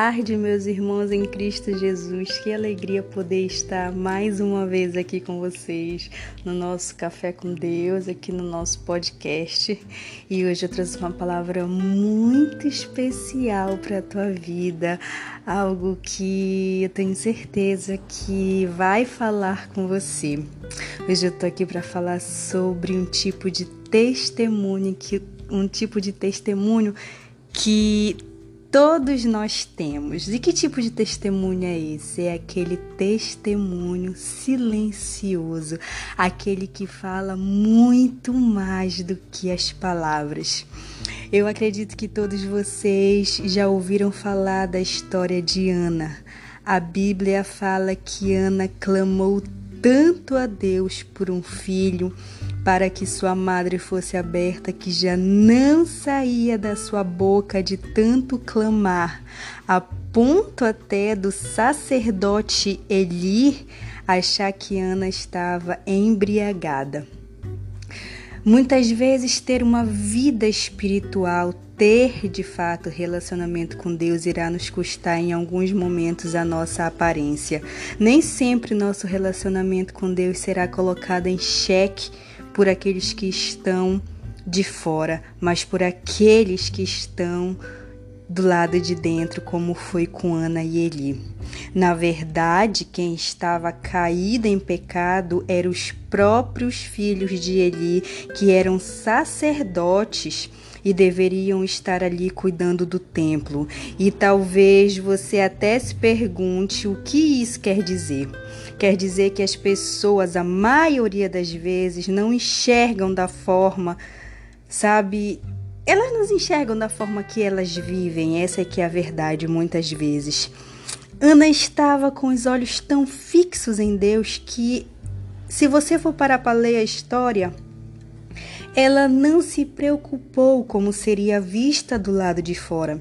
tarde, meus irmãos em Cristo Jesus. Que alegria poder estar mais uma vez aqui com vocês no nosso Café com Deus, aqui no nosso podcast. E hoje eu trouxe uma palavra muito especial para a tua vida, algo que eu tenho certeza que vai falar com você. Hoje eu tô aqui para falar sobre um tipo de testemunho que todos nós temos. E que tipo de testemunho é esse? É aquele testemunho silencioso, aquele que fala muito mais do que as palavras. Eu acredito que todos vocês já ouviram falar da história de Ana. A Bíblia fala que Ana clamou tanto a Deus por um filho, para que sua madre fosse aberta, que já não saía da sua boca de tanto clamar, a ponto até do sacerdote Eli achar que Ana estava embriagada. Muitas vezes ter uma vida espiritual, ter de fato relacionamento com Deus irá nos custar em alguns momentos a nossa aparência. Nem sempre nosso relacionamento com Deus será colocado em xeque por aqueles que estão de fora, mas por aqueles que estão do lado de dentro, como foi com Ana e Eli. Na verdade, quem estava caído em pecado eram os próprios filhos de Eli, que eram sacerdotes e deveriam estar ali cuidando do templo. E talvez você até se pergunte o que isso quer dizer. Quer dizer que as pessoas, a maioria das vezes, não enxergam da forma, elas não enxergam da forma que elas vivem. Essa é que é a verdade, muitas vezes. Ana estava com os olhos tão fixos em Deus que, se você for parar para ler a história, ela não se preocupou como seria vista do lado de fora.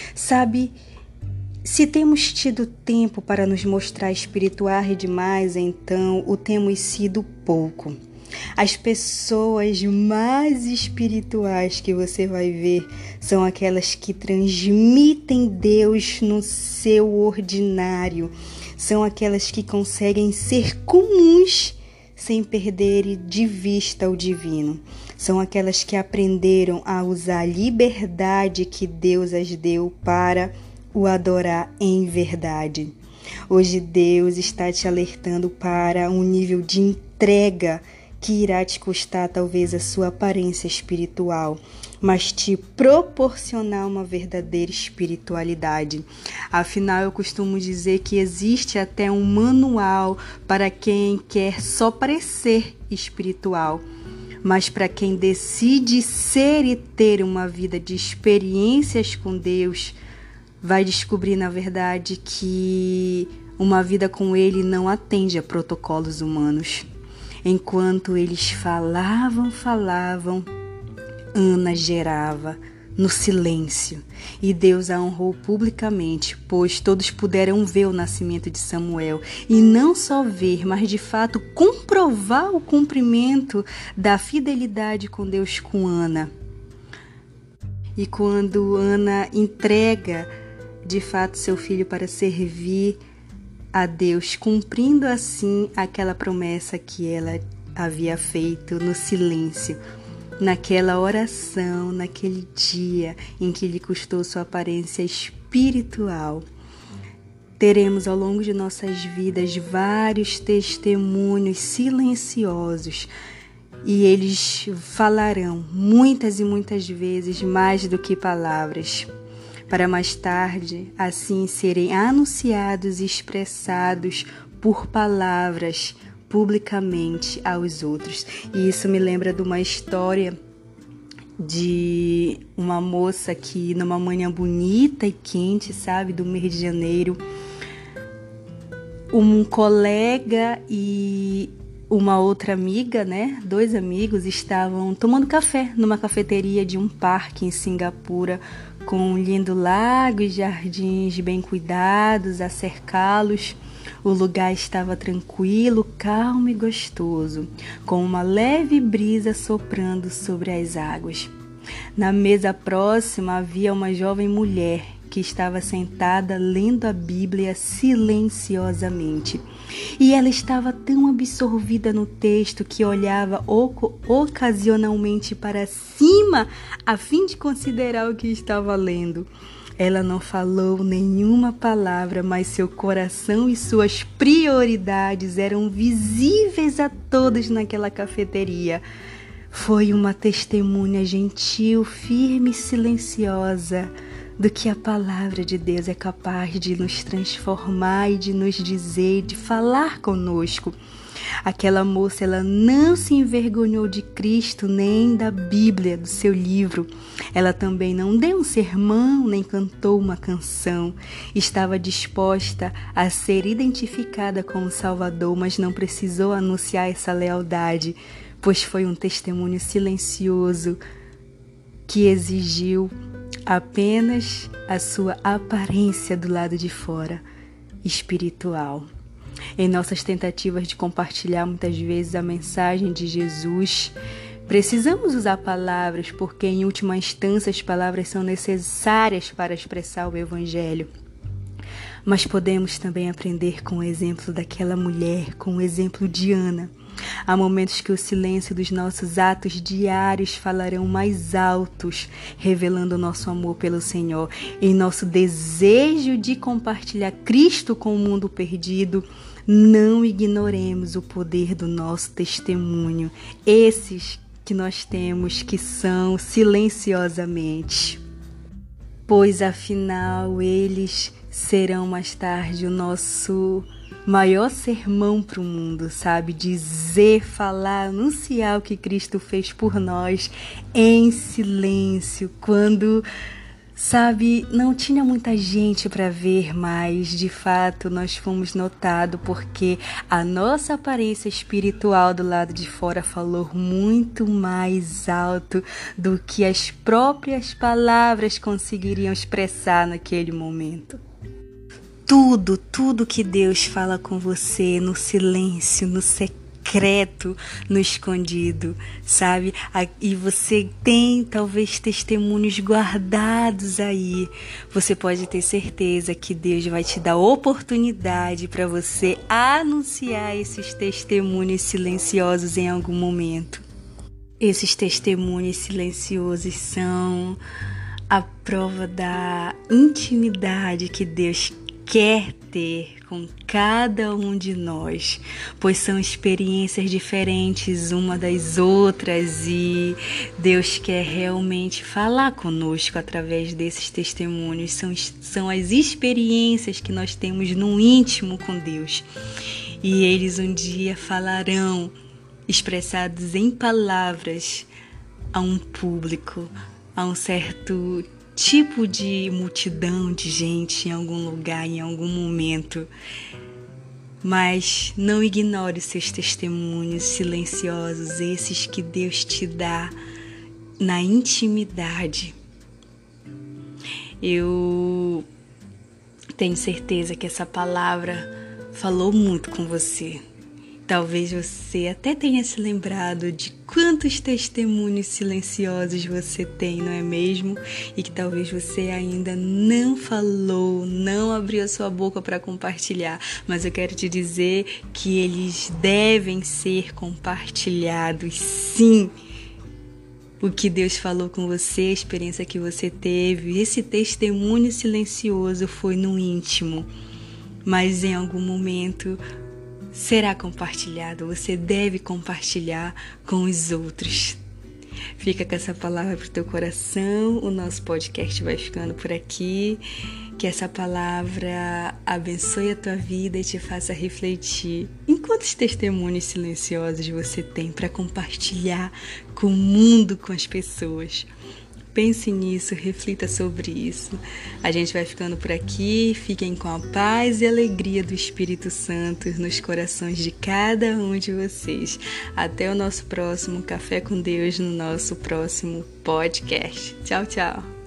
Se temos tido tempo para nos mostrar espirituais demais, então o temos sido pouco. As pessoas mais espirituais que você vai ver são aquelas que transmitem Deus no seu ordinário. São aquelas que conseguem ser comuns sem perder de vista o divino. São aquelas que aprenderam a usar a liberdade que Deus as deu para o adorar em verdade. Hoje Deus está te alertando para um nível de entrega que irá te custar talvez a sua aparência espiritual, mas te proporcionar uma verdadeira espiritualidade. Afinal, eu costumo dizer que existe até um manual para quem quer só parecer espiritual, mas para quem decide ser e ter uma vida de experiências com Deus, vai descobrir, na verdade, que uma vida com Ele não atende a protocolos humanos. Enquanto eles falavam, Ana gerava no silêncio. E Deus a honrou publicamente, pois todos puderam ver o nascimento de Samuel. E não só ver, mas de fato comprovar o cumprimento da fidelidade com Deus com Ana. E quando Ana entrega de fato seu filho para servir a Deus, cumprindo assim aquela promessa que ela havia feito no silêncio, naquela oração, naquele dia em que lhe custou sua aparência espiritual. Teremos ao longo de nossas vidas vários testemunhos silenciosos, e eles falarão muitas e muitas vezes mais do que palavras, para mais tarde, assim, serem anunciados e expressados por palavras publicamente aos outros. E isso me lembra de uma história de uma moça que, numa manhã bonita e quente, do mês de janeiro, um colega e uma outra amiga, dois amigos, estavam tomando café numa cafeteria de um parque em Singapura, com um lindo lago e jardins bem cuidados a cercá-los. O lugar estava tranquilo, calmo e gostoso, com uma leve brisa soprando sobre as águas. Na mesa próxima havia uma jovem mulher que estava sentada lendo a Bíblia silenciosamente. E ela estava tão absorvida no texto que olhava ocasionalmente para cima a fim de considerar o que estava lendo. Ela não falou nenhuma palavra, mas seu coração e suas prioridades eram visíveis a todos naquela cafeteria. Foi uma testemunha gentil, firme e silenciosa do que a palavra de Deus é capaz de nos transformar e de nos dizer, de falar conosco. Aquela moça, ela não se envergonhou de Cristo nem da Bíblia, do seu livro. Ela também não deu um sermão nem cantou uma canção. Estava disposta a ser identificada como Salvador, mas não precisou anunciar essa lealdade, pois foi um testemunho silencioso que exigiu apenas a sua aparência do lado de fora, espiritual. Em nossas tentativas de compartilhar muitas vezes a mensagem de Jesus, precisamos usar palavras, porque em última instância as palavras são necessárias para expressar o Evangelho. Mas podemos também aprender com o exemplo daquela mulher, com o exemplo de Ana. Há momentos que o silêncio dos nossos atos diários falarão mais altos, revelando o nosso amor pelo Senhor. Em nosso desejo de compartilhar Cristo com o mundo perdido, não ignoremos o poder do nosso testemunho, esses que nós temos que são silenciosamente. Pois afinal eles serão mais tarde o nosso maior sermão para o mundo, sabe? Dizer, falar, anunciar o que Cristo fez por nós em silêncio, quando, sabe, não tinha muita gente para ver, mas de fato nós fomos notados porque a nossa aparência espiritual do lado de fora falou muito mais alto do que as próprias palavras conseguiriam expressar naquele momento. Tudo que Deus fala com você no silêncio, no secreto, no escondido, sabe? E você tem talvez testemunhos guardados aí. Você pode ter certeza que Deus vai te dar oportunidade para você anunciar esses testemunhos silenciosos em algum momento. Esses testemunhos silenciosos são a prova da intimidade que Deus quer ter com cada um de nós, pois são experiências diferentes uma das outras e Deus quer realmente falar conosco através desses testemunhos. São as experiências que nós temos no íntimo com Deus e eles um dia falarão, expressados em palavras, a um público, a um certo tipo de multidão de gente em algum lugar, em algum momento. Mas não ignore seus testemunhos silenciosos, esses que Deus te dá na intimidade. Eu tenho certeza que essa palavra falou muito com você. Talvez você até tenha se lembrado de quantos testemunhos silenciosos você tem, não é mesmo? E que talvez você ainda não falou, não abriu a sua boca para compartilhar. Mas eu quero te dizer que eles devem ser compartilhados, sim. O que Deus falou com você, a experiência que você teve, esse testemunho silencioso foi no íntimo. Mas em algum momento será compartilhado, você deve compartilhar com os outros. Fica com essa palavra pro teu coração, o nosso podcast vai ficando por aqui, que essa palavra abençoe a tua vida e te faça refletir em quantos testemunhos silenciosos você tem para compartilhar com o mundo, com as pessoas. Pense nisso, reflita sobre isso. A gente vai ficando por aqui. Fiquem com a paz e alegria do Espírito Santo nos corações de cada um de vocês. Até o nosso próximo Café com Deus, no nosso próximo podcast. Tchau, tchau.